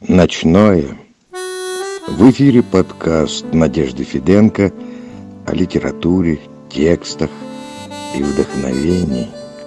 Ночное. В эфире подкаст Надежды Фиденко о литературе, текстах и вдохновении.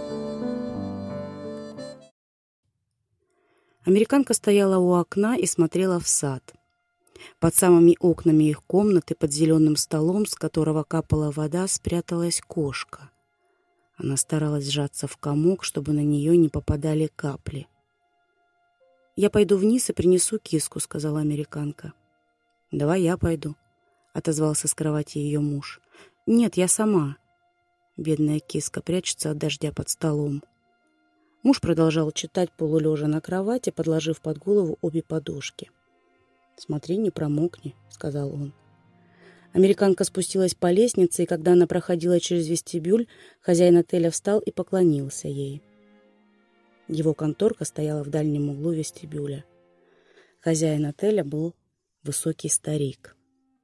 Американка стояла у окна и смотрела в сад. Под самыми окнами их комнаты, под зеленым столом, с которого капала вода, спряталась кошка. Она старалась сжаться в комок, чтобы на нее не попадали капли. «Я пойду вниз и принесу киску», — сказала американка. «Давай я пойду», — отозвался с кровати ее муж. «Нет, я сама». Бедная киска прячется от дождя под столом. Муж продолжал читать, полулежа на кровати, подложив под голову обе подушки. «Смотри, не промокни», — сказал он. Американка спустилась по лестнице, и когда она проходила через вестибюль, хозяин отеля встал и поклонился ей. Его конторка стояла в дальнем углу вестибюля. Хозяин отеля был высокий старик.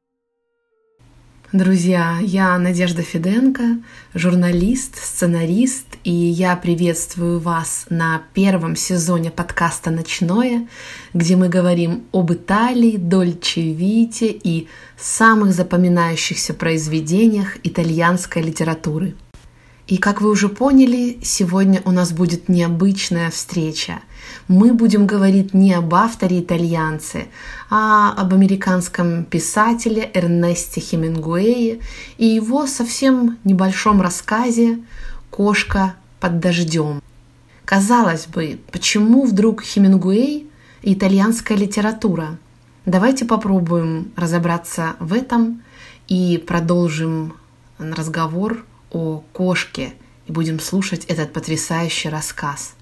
Друзья, я Надежда Фиденко, журналист, сценарист, и я приветствую вас на первом сезоне подкаста «Ночное», где мы говорим об Италии, Дольче Вите и самых запоминающихся произведениях итальянской литературы. И, как вы уже поняли, сегодня у нас будет необычная встреча. Мы будем говорить не об авторе-итальянце, а об американском писателе Эрнесте Хемингуэе и его совсем небольшом рассказе «Кошка под дождем». Казалось бы, почему вдруг Хемингуэй и итальянская литература? Давайте попробуем разобраться в этом и продолжим разговор о кошке и будем слушать этот потрясающий рассказ.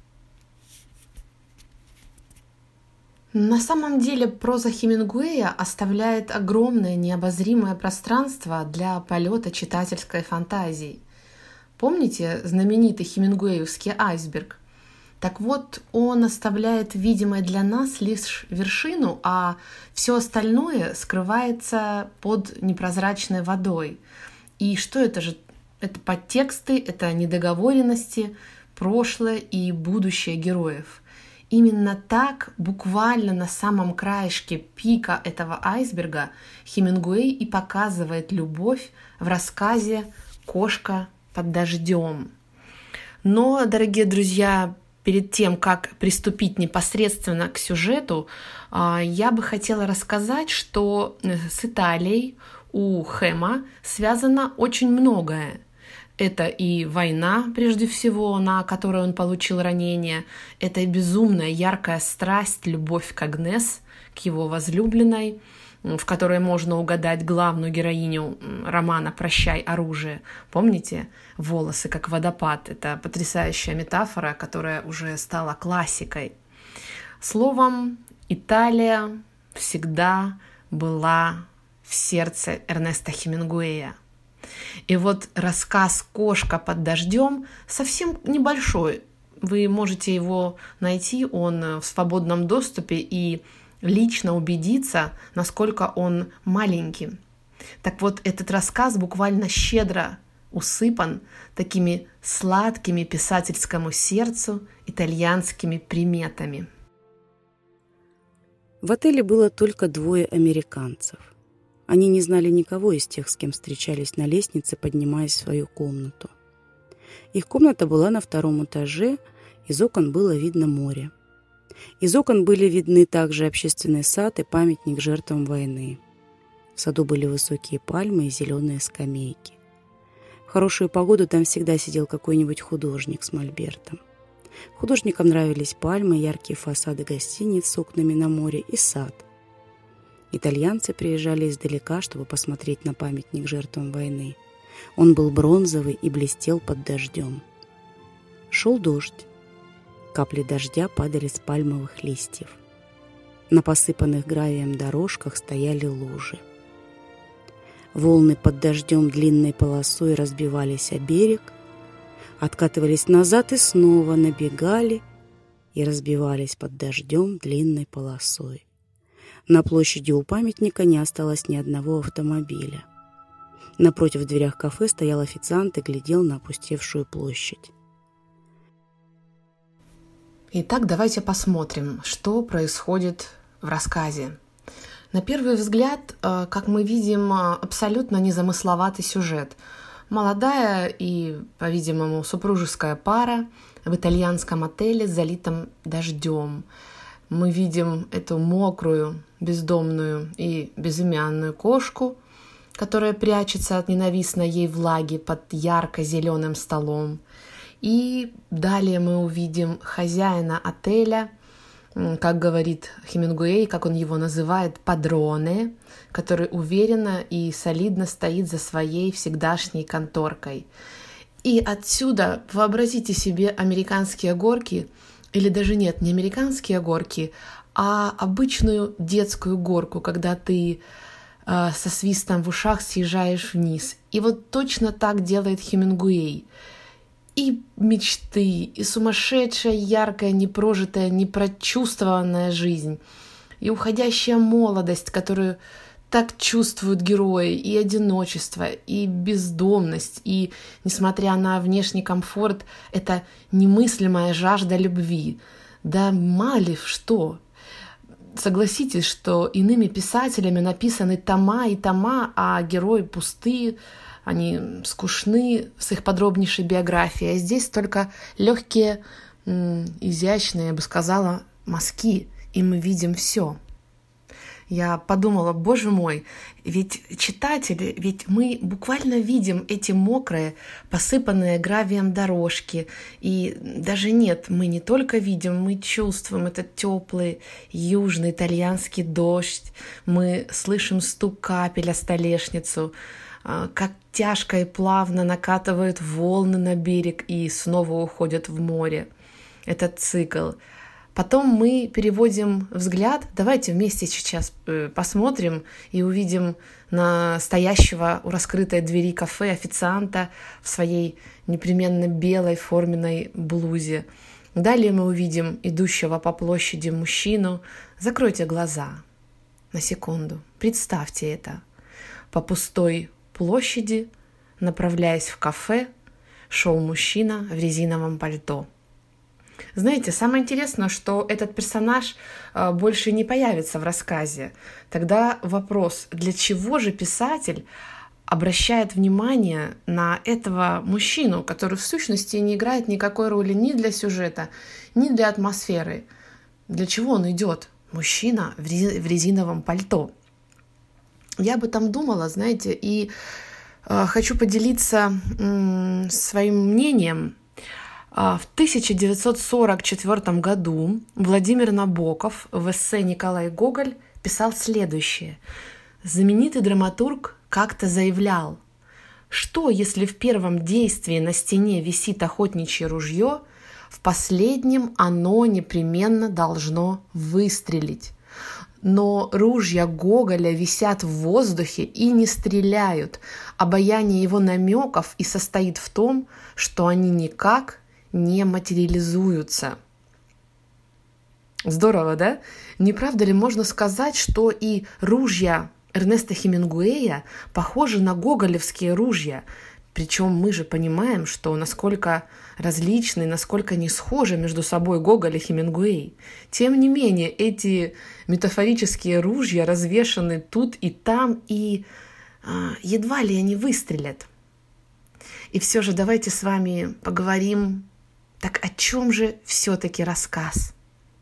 На самом деле проза Хемингуэя оставляет огромное необозримое пространство для полета читательской фантазии. Помните знаменитый хемингуэевский айсберг? Так вот, он оставляет видимой для нас лишь вершину, а все остальное скрывается под непрозрачной водой. И что это же? Это подтексты, это недоговоренности, прошлое и будущее героев. Именно так, буквально на самом краешке пика этого айсберга, Хемингуэй и показывает любовь в рассказе «Кошка под дождем». Но, дорогие друзья, перед тем, как приступить непосредственно к сюжету, я бы хотела рассказать, что с Италией у Хэма связано очень многое. Это и война, прежде всего, на которой он получил ранение. Это и безумная, яркая страсть, любовь к Агнес, к его возлюбленной, в которой можно угадать главную героиню романа «Прощай, оружие». Помните? Волосы, как водопад. Это потрясающая метафора, которая уже стала классикой. Словом, Италия всегда была в сердце Эрнеста Хемингуэя. И вот рассказ «Кошка под дождем» совсем небольшой. Вы можете его найти, он в свободном доступе, и лично убедиться, насколько он маленький. Так вот, этот рассказ буквально щедро усыпан такими сладкими писательскому сердцу итальянскими приметами. В отеле было только 2 американцев. Они не знали никого из тех, с кем встречались на лестнице, поднимаясь в свою комнату. Их комната была на 2-м этаже, из окон было видно море. Из окон были видны также общественный сад и памятник жертвам войны. В саду были высокие пальмы и зеленые скамейки. В хорошую погоду там всегда сидел какой-нибудь художник с мольбертом. Художникам нравились пальмы, яркие фасады гостиниц с окнами на море и сад. Итальянцы приезжали издалека, чтобы посмотреть на памятник жертвам войны. Он был бронзовый и блестел под дождем. Шел дождь. Капли дождя падали с пальмовых листьев. На посыпанных гравием дорожках стояли лужи. Волны под дождем длинной полосой разбивались о берег, откатывались назад и снова набегали и разбивались под дождем длинной полосой. На площади у памятника не осталось ни одного автомобиля. Напротив в дверях кафе стоял официант и глядел на опустевшую площадь. Итак, давайте посмотрим, что происходит в рассказе. На первый взгляд, как мы видим, абсолютно незамысловатый сюжет. Молодая и, по-видимому, супружеская пара в итальянском отеле, залитом дождем. Мы видим эту мокрую, бездомную и безымянную кошку, которая прячется от ненавистной ей влаги под ярко-зеленым столом. И далее мы увидим хозяина отеля, как говорит Хемингуэй, как он его называет, падроне, который уверенно и солидно стоит за своей всегдашней конторкой. И отсюда вообразите себе американские горки, или даже нет, не американские горки, а обычную детскую горку, когда ты со свистом в ушах съезжаешь вниз. И вот точно так делает Хемингуэй. И мечты, и сумасшедшая, яркая, непрожитая, непрочувствованная жизнь, и уходящая молодость, которую так чувствуют герои, и одиночество, и бездомность, и, несмотря на внешний комфорт, это немыслимая жажда любви. Да мало ли что. Согласитесь, что иными писателями написаны тома и тома, а герои пустые, они скучны с их подробнейшей биографией. А здесь только легкие, изящные, я бы сказала, мазки, и мы видим все. Я подумала, боже мой, ведь читатели, ведь мы буквально видим эти мокрые, посыпанные гравием дорожки. И даже нет, мы не только видим, мы чувствуем этот теплый южный итальянский дождь. Мы слышим стук капель о столешницу, как тяжко и плавно накатывают волны на берег и снова уходят в море. Этот цикл. Потом мы переводим взгляд. Давайте вместе сейчас посмотрим и увидим стоящего у раскрытой двери кафе официанта в своей непременно белой форменной блузе. Далее мы увидим идущего по площади мужчину. Закройте глаза на секунду. Представьте это. По пустой площади, направляясь в кафе, шел мужчина в резиновом пальто. Знаете, самое интересное, что этот персонаж больше не появится в рассказе. Тогда вопрос, для чего же писатель обращает внимание на этого мужчину, который в сущности не играет никакой роли ни для сюжета, ни для атмосферы. Для чего он идет? Мужчина в резиновом пальто. Я об этом думала, знаете, и хочу поделиться своим мнением. В 1944 году Владимир Набоков в эссе «Николай Гоголь» писал следующее. Знаменитый драматург как-то заявлял, что если в первом действии на стене висит охотничье ружье, в последнем оно непременно должно выстрелить. Но ружья Гоголя висят в воздухе и не стреляют. Обаяние его намеков и состоит в том, что они никак не материализуются. Здорово, да? Не правда ли можно сказать, что и ружья Эрнеста Хемингуэя похожи на гоголевские ружья? Причем мы же понимаем, что насколько различны, насколько не схожи между собой Гоголь и Хемингуэй. Тем не менее, эти метафорические ружья развешаны тут и там, и едва ли они выстрелят. И все же давайте с вами поговорим, так о чем же все-таки рассказ?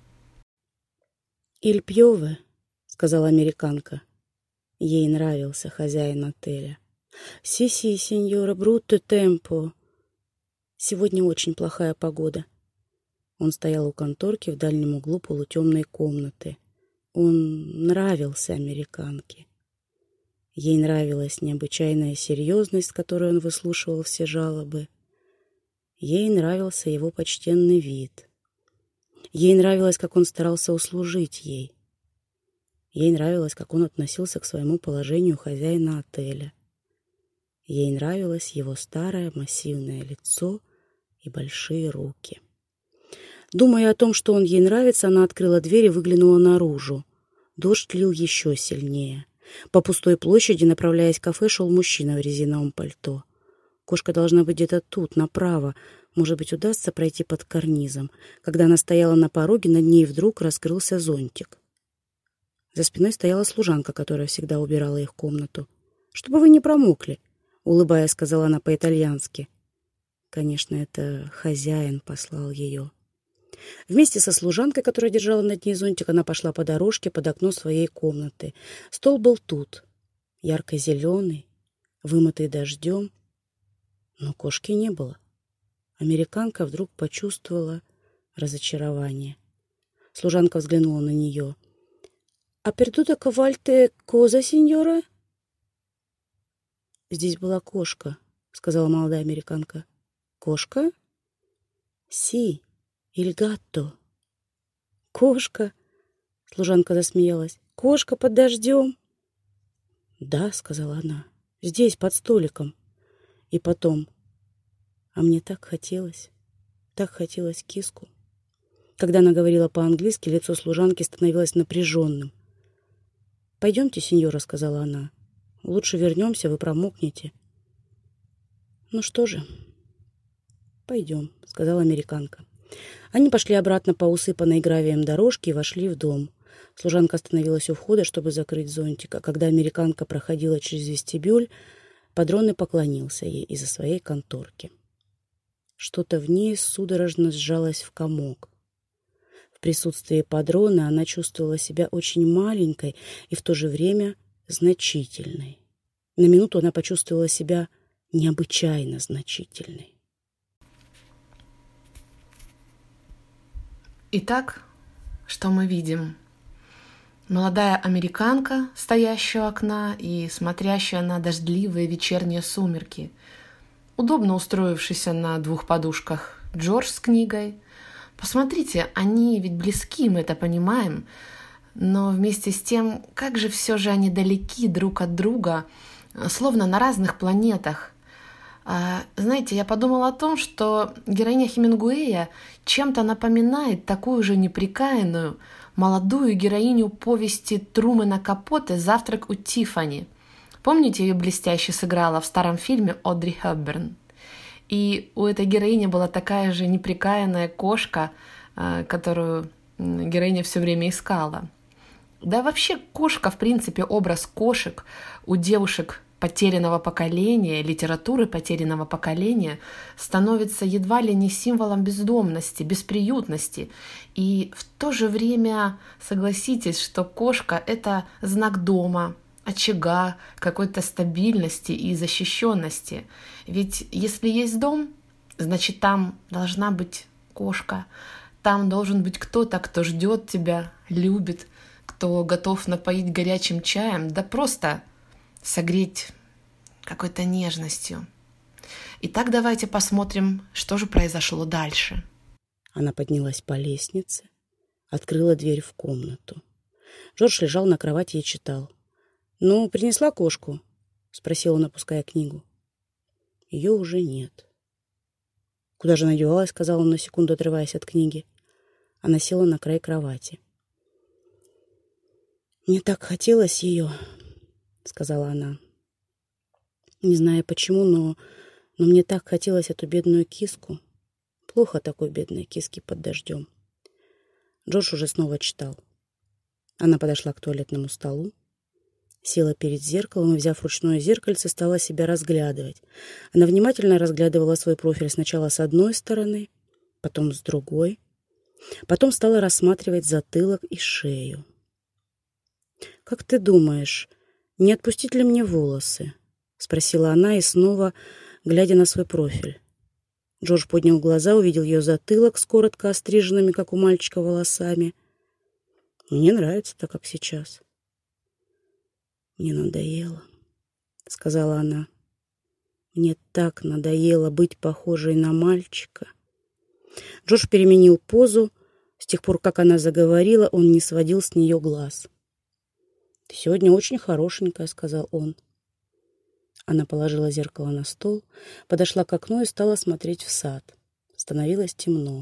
«Иль пьёве», — сказала американка. Ей нравился хозяин отеля. «Си-си, сеньора, брутто темпо». Сегодня очень плохая погода. Он стоял у конторки в дальнем углу полутемной комнаты. Он нравился американке. Ей нравилась необычайная серьезность, с которой он выслушивал все жалобы. Ей нравился его почтенный вид. Ей нравилось, как он старался услужить ей. Ей нравилось, как он относился к своему положению хозяина отеля. Ей нравилось его старое массивное лицо и большие руки. Думая о том, что он ей нравится, она открыла дверь и выглянула наружу. Дождь лил еще сильнее. По пустой площади, направляясь к кафе, шел мужчина в резиновом пальто. Кошка должна быть где-то тут, направо. Может быть, удастся пройти под карнизом. Когда она стояла на пороге, над ней вдруг раскрылся зонтик. За спиной стояла служанка, которая всегда убирала их комнату. «Чтобы вы не промокли», — улыбаясь, сказала она по-итальянски. Конечно, это хозяин послал ее. Вместе со служанкой, которая держала над ней зонтик, она пошла по дорожке под окно своей комнаты. Стол был тут, ярко-зеленый, вымытый дождем, но кошки не было. Американка вдруг почувствовала разочарование. Служанка взглянула на нее. «А пердута кавальте коза, сеньора?» «Здесь была кошка», — сказала молодая американка. «Кошка?» «Си, иль гатто». «Кошка?» — служанка засмеялась. «Кошка под дождем?» «Да», — сказала она, — «здесь, под столиком». И потом: «А мне так хотелось киску». Когда она говорила по-английски, лицо служанки становилось напряженным. «Пойдемте, сеньора», — сказала она. «Лучше вернемся, вы промокнете». «Ну что же, пойдем», — сказала американка. Они пошли обратно по усыпанной гравием дорожке и вошли в дом. Служанка остановилась у входа, чтобы закрыть зонтик, а когда американка проходила через вестибюль, Падроне поклонился ей из-за своей конторки. Что-то в ней судорожно сжалось в комок. В присутствии Падроне она чувствовала себя очень маленькой и в то же время значительной. На минуту она почувствовала себя необычайно значительной. Итак, что мы видим? Молодая американка, стоящая у окна и смотрящая на дождливые вечерние сумерки. Удобно устроившийся на 2 подушках Джордж с книгой. Посмотрите, они ведь близки, мы это понимаем. Но вместе с тем, как же все же они далеки друг от друга, словно на разных планетах. Знаете, я подумала о том, что героиня Хемингуэя чем-то напоминает такую же неприкаянную, молодую героиню повести Трумэна Капоте «Завтрак у Тиффани». Помните, ее блестяще сыграла в старом фильме Одри Хепберн? И у этой героини была такая же неприкаянная кошка, которую героиня все время искала. Да вообще кошка, в принципе, образ кошек у девушек потерянного поколения, литературы потерянного поколения становится едва ли не символом бездомности, бесприютности. И в то же время согласитесь, что кошка — это знак дома, очага, какой-то стабильности и защищенности. Ведь если есть дом, значит, там должна быть кошка. Там должен быть кто-то, кто ждет тебя, любит, кто готов напоить горячим чаем, да просто согреть какой-то нежностью. Итак, давайте посмотрим, что же произошло дальше. Она поднялась по лестнице, открыла дверь в комнату. Джордж лежал на кровати и читал. «Ну, принесла кошку?» — спросил он, опуская книгу. «Ее уже нет». «Куда же она девалась?» — сказал он, на секунду отрываясь от книги. Она села на край кровати. «Мне так хотелось ее», — сказала она. «Не знаю почему, но мне так хотелось эту бедную киску. Плохо такой бедной киске под дождем». Джордж уже снова читал. Она подошла к туалетному столу, села перед зеркалом и, взяв ручное зеркальце, стала себя разглядывать. Она внимательно разглядывала свой профиль сначала с одной стороны, потом с другой. Потом стала рассматривать затылок и шею. «Как ты думаешь, не отпустить ли мне волосы?» — спросила она и снова, глядя на свой профиль. Джордж поднял глаза, увидел ее затылок с коротко остриженными, как у мальчика, волосами. «Мне нравится так, как сейчас». «Мне надоело», — сказала она. «Мне так надоело быть похожей на мальчика». Джордж переменил позу. С тех пор, как она заговорила, он не сводил с нее глаз. «Ты сегодня очень хорошенькая», — сказал он. Она положила зеркало на стол, подошла к окну и стала смотреть в сад. Становилось темно.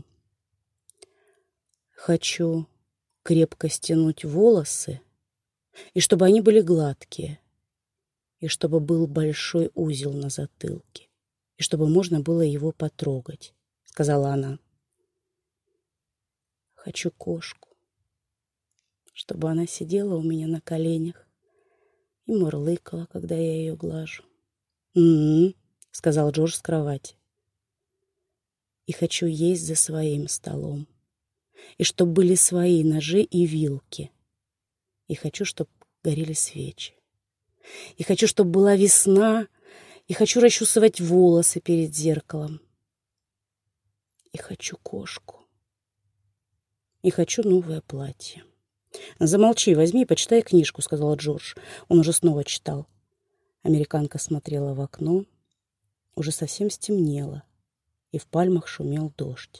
«Хочу крепко стянуть волосы, и чтобы они были гладкие, и чтобы был большой узел на затылке, и чтобы можно было его потрогать», — сказала она. «Хочу кошку. чтобы она сидела у меня на коленях и мурлыкала, когда я ее глажу. Сказал Джордж с кровати. И хочу есть за своим столом. И чтоб были свои ножи и вилки. И хочу, чтоб горели свечи. И хочу, чтоб была весна. И хочу расчесывать волосы перед зеркалом. И хочу кошку. И хочу новое платье. «Замолчи, возьми и почитай книжку», — сказал Джордж. Он уже снова читал. Американка смотрела в окно. Уже совсем стемнело, и в пальмах шумел дождь.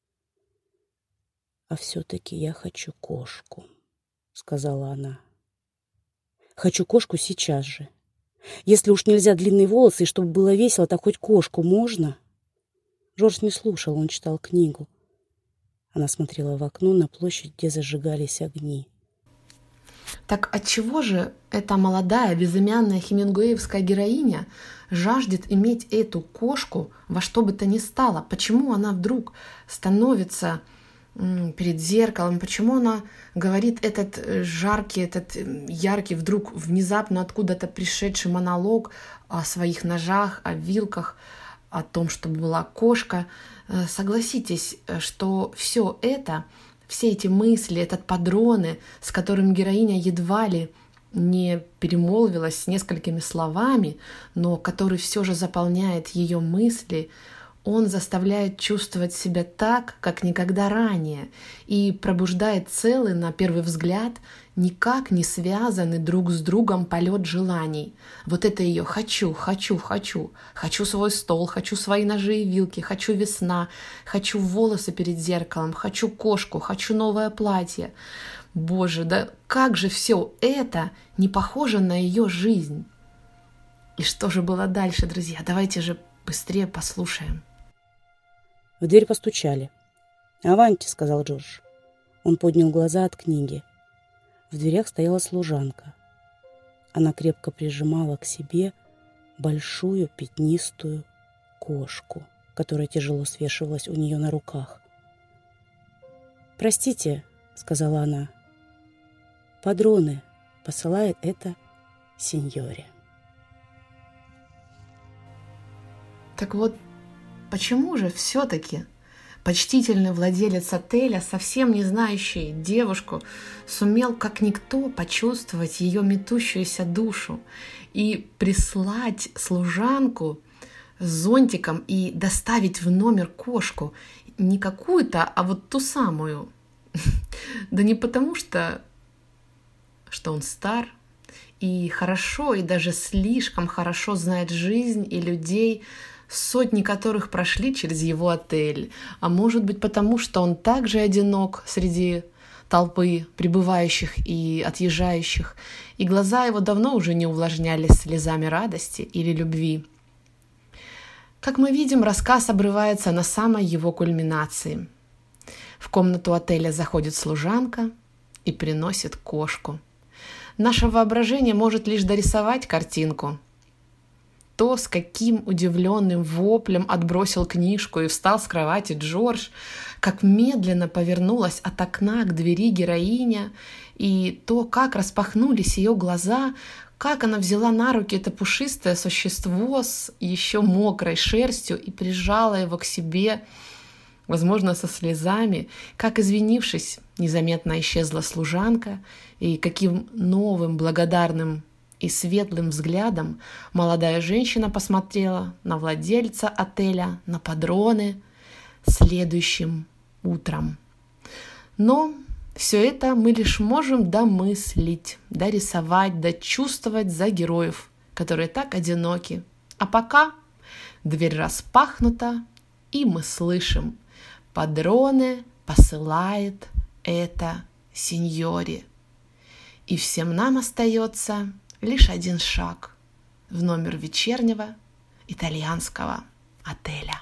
«А все-таки я хочу кошку», — сказала она. «Хочу кошку сейчас же. Если уж нельзя длинные волосы, и чтобы было весело, так хоть кошку можно?» Джордж не слушал, он читал книгу. Она смотрела в окно на площадь, где зажигались огни. Так отчего же эта молодая, безымянная хемингуэевская героиня жаждет иметь эту кошку во что бы то ни стало? Почему она вдруг становится перед зеркалом? Почему она говорит этот жаркий, этот яркий, вдруг внезапно откуда-то пришедший монолог о своих ножах, о вилках, о том, чтобы была кошка? Согласитесь, что все это, все эти мысли, этот падроне, с которым героиня едва ли не перемолвилась с несколькими словами, но который все же заполняет ее мысли, он заставляет чувствовать себя так, как никогда ранее, и пробуждает целый, на первый взгляд, никак не связанный друг с другом полет желаний. Вот это ее «хочу, хочу, хочу», «хочу свой стол», «хочу свои ножи и вилки», «хочу весна», «хочу волосы перед зеркалом», «хочу кошку», «хочу новое платье». Боже, да как же все это не похоже на ее жизнь? И что же было дальше, друзья? Давайте же быстрее послушаем. В дверь постучали. «Аванти», — сказал Джордж. Он поднял глаза от книги. В дверях стояла служанка. Она крепко прижимала к себе большую пятнистую кошку, которая тяжело свешивалась у нее на руках. «Простите», — сказала она, — «падроне посылает это сеньоре». Так вот, почему же все-таки почтительный владелец отеля, совсем не знающий девушку, сумел как никто почувствовать ее метущуюся душу и прислать служанку с зонтиком и доставить в номер кошку? Не какую-то, а вот ту самую. Да не потому что он стар и хорошо, и даже слишком хорошо знает жизнь и людей, сотни которых прошли через его отель, а может быть потому, что он также одинок среди толпы прибывающих и отъезжающих, и глаза его давно уже не увлажнялись слезами радости или любви. Как мы видим, рассказ обрывается на самой его кульминации. В комнату отеля заходит служанка и приносит кошку. Наше воображение может лишь дорисовать картинку. То, с каким удивленным воплем отбросил книжку и встал с кровати Джордж, как медленно повернулась от окна к двери героиня, и то, как распахнулись ее глаза, как она взяла на руки это пушистое существо с еще мокрой шерстью и прижала его к себе, возможно, со слезами, как, извинившись, незаметно исчезла служанка, и каким новым, благодарным и светлым взглядом молодая женщина посмотрела на владельца отеля, на падроне следующим утром. Но все это мы лишь можем домыслить, дорисовать, дочувствовать за героев, которые так одиноки. А пока дверь распахнута, и мы слышим: «Падроне посылает это сеньоре». И всем нам остается лишь один шаг в номер вечернего итальянского отеля.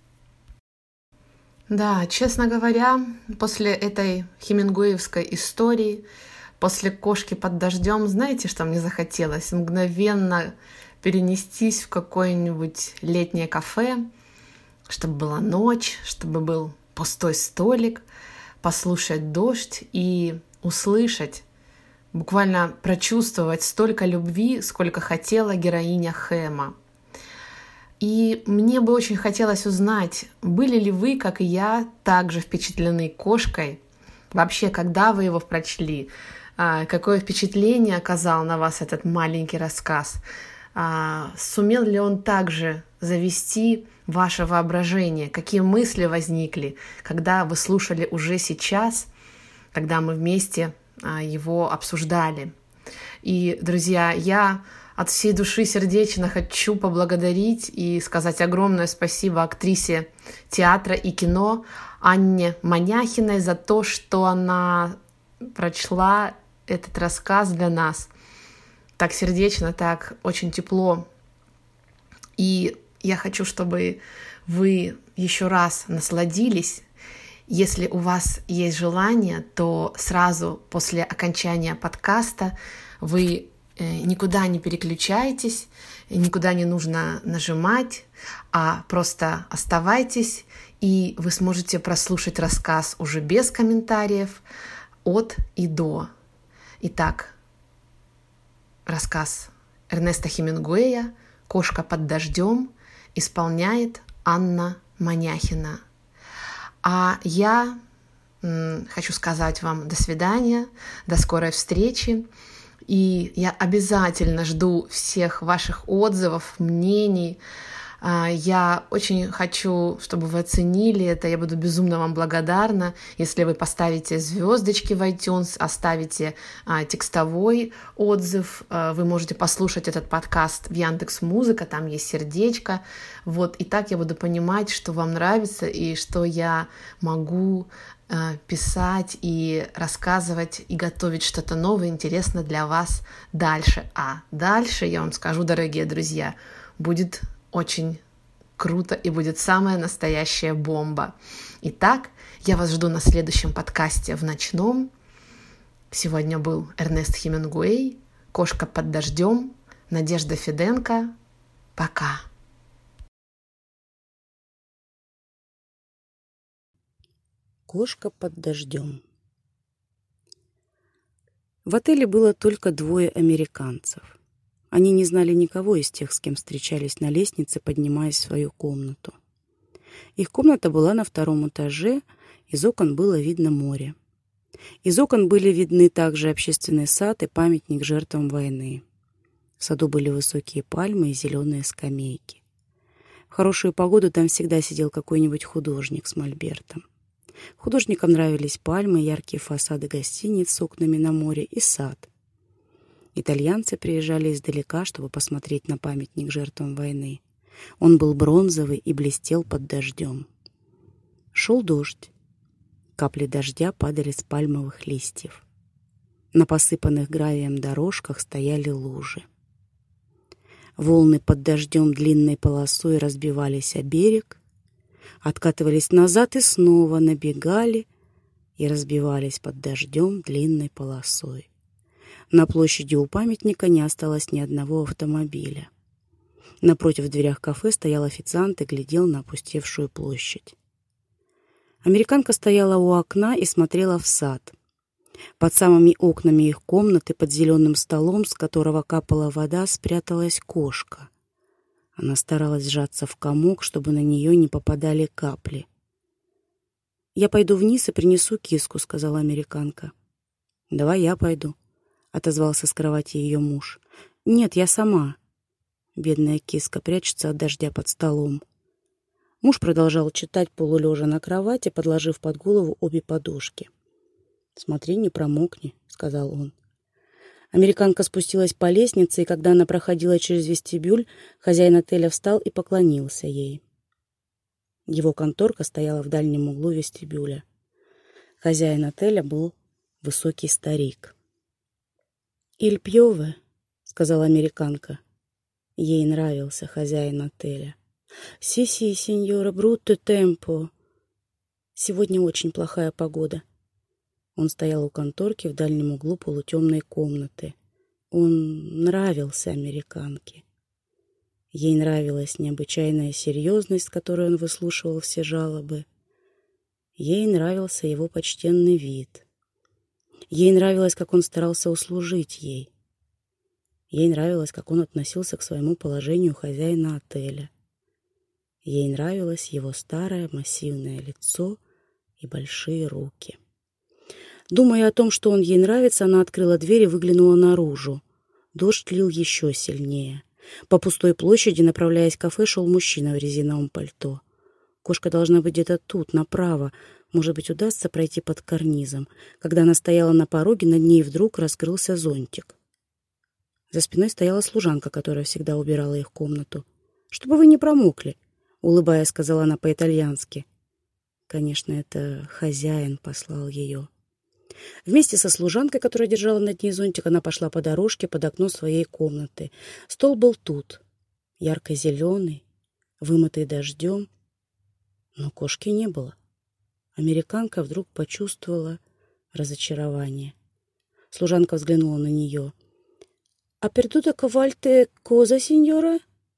Да, честно говоря, после этой хемингуэевской истории, после «Кошки под дождем», знаете, что мне захотелось? Мгновенно перенестись в какое-нибудь летнее кафе, чтобы была ночь, чтобы был пустой столик, послушать дождь и услышать, буквально прочувствовать столько любви, сколько хотела героиня Хэма. И мне бы очень хотелось узнать, были ли вы, как и я, также впечатлены «Кошкой»? Вообще, когда вы его прочли? Какое впечатление оказал на вас этот маленький рассказ? Сумел ли он также завести ваше воображение? Какие мысли возникли, когда вы слушали уже сейчас, когда мы вместе его обсуждали? И, друзья, я от всей души сердечно хочу поблагодарить и сказать огромное спасибо актрисе театра и кино Анне Маняхиной за то, что она прочла этот рассказ для нас так сердечно, так очень тепло. И я хочу, чтобы вы еще раз насладились. Если у вас есть желание, то сразу после окончания подкаста вы никуда не переключайтесь, никуда не нужно нажимать, а просто оставайтесь, и вы сможете прослушать рассказ уже без комментариев от и до. Итак, рассказ Эрнеста Хемингуэя «Кошка под дождем» исполняет Анна Маняхина. А я хочу сказать вам до свидания, до скорой встречи. И я обязательно жду всех ваших отзывов, мнений. Я очень хочу, чтобы вы оценили это. Я буду безумно вам благодарна, если вы поставите звездочки в iTunes, оставите текстовой отзыв. Вы можете послушать этот подкаст в Яндекс.Музыка, там есть сердечко. Вот, и так я буду понимать, что вам нравится и что я могу писать и рассказывать и готовить что-то новое, интересное для вас дальше. А дальше, я вам скажу, дорогие друзья, будет очень круто и будет самая настоящая бомба. Итак, я вас жду на следующем подкасте в ночном. Сегодня был Эрнест Хемингуэй, «Кошка под дождем», Надежда Фиденко. Пока. «Кошка под дождем». В отеле было только 2 американцев. Они не знали никого из тех, с кем встречались на лестнице, поднимаясь в свою комнату. Их комната была на 2-м этаже, из окон было видно море. Из окон были видны также общественный сад и памятник жертвам войны. В саду были высокие пальмы и зеленые скамейки. В хорошую погоду там всегда сидел какой-нибудь художник с мольбертом. Художникам нравились пальмы, яркие фасады гостиниц с окнами на море и сад. Итальянцы приезжали издалека, чтобы посмотреть на памятник жертвам войны. Он был бронзовый и блестел под дождем. Шел дождь. Капли дождя падали с пальмовых листьев. На посыпанных гравием дорожках стояли лужи. Волны под дождем длинной полосой разбивались о берег, откатывались назад и снова набегали и разбивались под дождем длинной полосой. На площади у памятника не осталось ни одного автомобиля. Напротив в дверях кафе стоял официант и глядел на опустевшую площадь. Американка стояла у окна и смотрела в сад. Под самыми окнами их комнаты, под зеленым столом, с которого капала вода, спряталась кошка. Она старалась сжаться в комок, чтобы на нее не попадали капли. «Я пойду вниз и принесу киску», — сказала американка. «Давай я пойду», — отозвался с кровати ее муж. «Нет, я сама». Бедная киска прячется от дождя под столом. Муж продолжал читать, полулежа на кровати, подложив под голову обе подушки. «Смотри, не промокни», — сказал он. Американка спустилась по лестнице, и когда она проходила через вестибюль, хозяин отеля встал и поклонился ей. Его конторка стояла в дальнем углу вестибюля. Хозяин отеля был высокий старик. «Иль пьёве», — сказала американка. Ей нравился хозяин отеля. «Си-си, сеньора, брутто темпо». Сегодня очень плохая погода. Он стоял у конторки в дальнем углу полутемной комнаты. Он нравился американке. Ей нравилась необычайная серьезность, с которой он выслушивал все жалобы. Ей нравился его почтенный вид. Ей нравилось, как он старался услужить ей. Ей нравилось, как он относился к своему положению хозяина отеля. Ей нравилось его старое массивное лицо и большие руки. Думая о том, что он ей нравится, она открыла дверь и выглянула наружу. Дождь лил еще сильнее. По пустой площади, направляясь к кафе, шел мужчина в резиновом пальто. Кошка должна быть где-то тут, направо. Может быть, удастся пройти под карнизом. Когда она стояла на пороге, над ней вдруг раскрылся зонтик. За спиной стояла служанка, которая всегда убирала их комнату. «Чтобы вы не промокли», — улыбаясь, сказала она по-итальянски. Конечно, это хозяин послал ее. Вместе со служанкой, которая держала над ней зонтик, она пошла по дорожке под окно своей комнаты. Стол был тут, ярко-зеленый, вымытый дождем, но кошки не было. Американка вдруг почувствовала разочарование. Служанка взглянула на нее. «А пердута ковальте коза, сеньора?»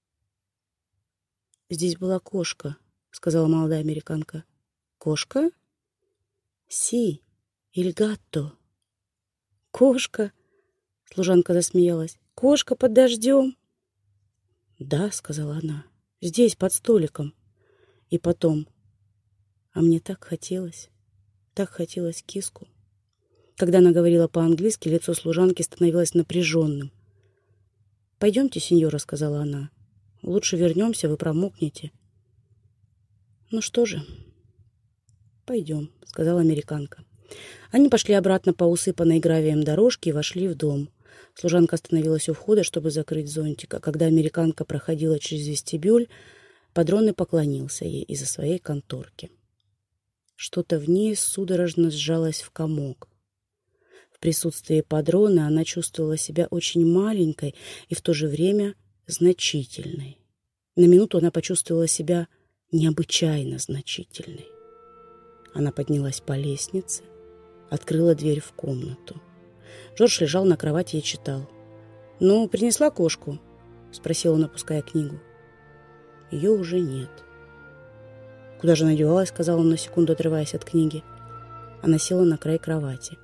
«Здесь была кошка», — сказала молодая американка. «Кошка?» «Си, иль гатто». «Кошка?» — служанка засмеялась. «Кошка под дождем?» «Да», — сказала она, — «здесь, под столиком». И потом: «А мне так хотелось киску». Когда она говорила по-английски, лицо служанки становилось напряженным. «Пойдемте, сеньора», — сказала она. «Лучше вернемся, вы промокнете». «Ну что же, пойдем», — сказала американка. Они пошли обратно по усыпанной гравием дорожке и вошли в дом. Служанка остановилась у входа, чтобы закрыть зонтик, а когда американка проходила через вестибюль, Падроне поклонился ей из-за своей конторки. Что-то в ней судорожно сжалось в комок. В присутствии Падроне она чувствовала себя очень маленькой и в то же время значительной. На минуту она почувствовала себя необычайно значительной. Она поднялась по лестнице, открыла дверь в комнату. Джордж лежал на кровати и читал. «Ну, принесла кошку?» — спросил он, опуская книгу. Ее уже нет. «Куда же она девалась?» — сказал он, на секунду отрываясь от книги. Она села на край кровати.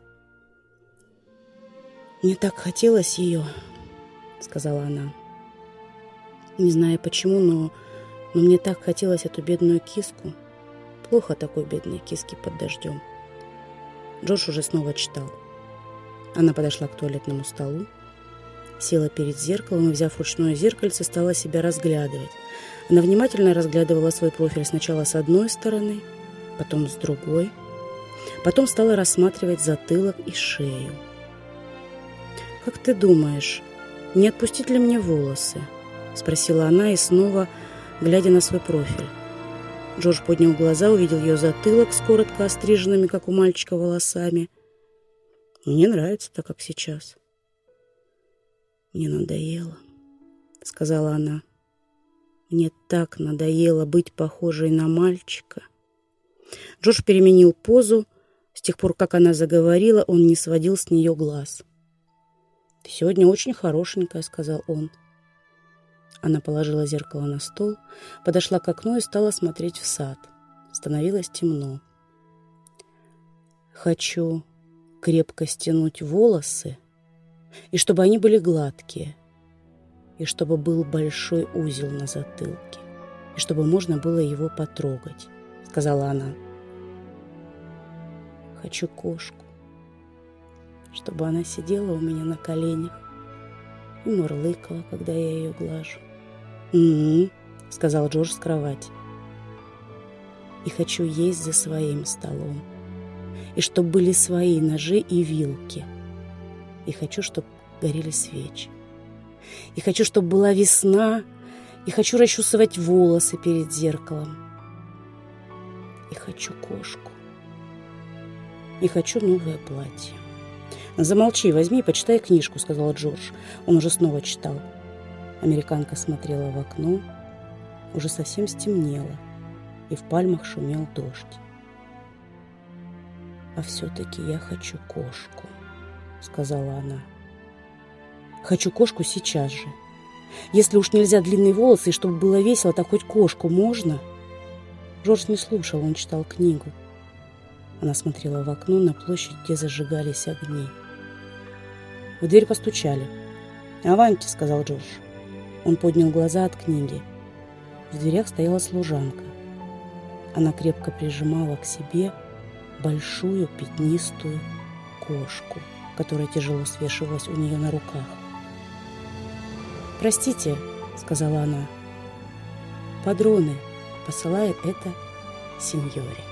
«Мне так хотелось ее», — сказала она. «Не знаю почему, но мне так хотелось эту бедную киску. Плохо такой бедной киске под дождем». Джордж уже снова читал. Она подошла к туалетному столу, села перед зеркалом и, взяв ручное зеркальце, стала себя разглядывать. Она внимательно разглядывала свой профиль сначала с одной стороны, потом с другой. Потом стала рассматривать затылок и шею. «Как ты думаешь, не отпустить ли мне волосы?» — спросила она и снова, глядя на свой профиль. Джордж поднял глаза, увидел ее затылок с коротко остриженными, как у мальчика, волосами. «Мне нравится так, как сейчас». «Мне надоело», — сказала она. «Мне так надоело быть похожей на мальчика». Джордж переменил позу. С тех пор, как она заговорила, он не сводил с нее глаз. «Ты сегодня очень хорошенькая», — сказал он. Она положила зеркало на стол, подошла к окну и стала смотреть в сад. Становилось темно. «Хочу крепко стянуть волосы, и чтобы они были гладкие, и чтобы был большой узел на затылке, и чтобы можно было его потрогать», — сказала она. «Хочу кошку, чтобы она сидела у меня на коленях и мурлыкала, когда я ее глажу». «Угу», — сказал Джордж с кровати. «И хочу есть за своим столом, и чтобы были свои ножи и вилки, и хочу, чтобы горели свечи, и хочу, чтобы была весна, и хочу расчесывать волосы перед зеркалом, и хочу кошку, и хочу новое платье». «Замолчи, возьми и почитай книжку», — сказал Джордж. Он уже снова читал. Американка смотрела в окно. Уже совсем стемнело, и в пальмах шумел дождь. «А все-таки я хочу кошку», — сказала она. «Хочу кошку сейчас же. Если уж нельзя длинные волосы, и чтобы было весело, так хоть кошку можно?» Джордж не слушал, он читал книгу. Она смотрела в окно на площадь, где зажигались огни. В дверь постучали. «Аванти», — сказал Джордж. Он поднял глаза от книги. В дверях стояла служанка. Она крепко прижимала к себе большую пятнистую кошку, которая тяжело свешивалась у нее на руках. «Простите», — сказала она, — «падроне посылает это сеньоре».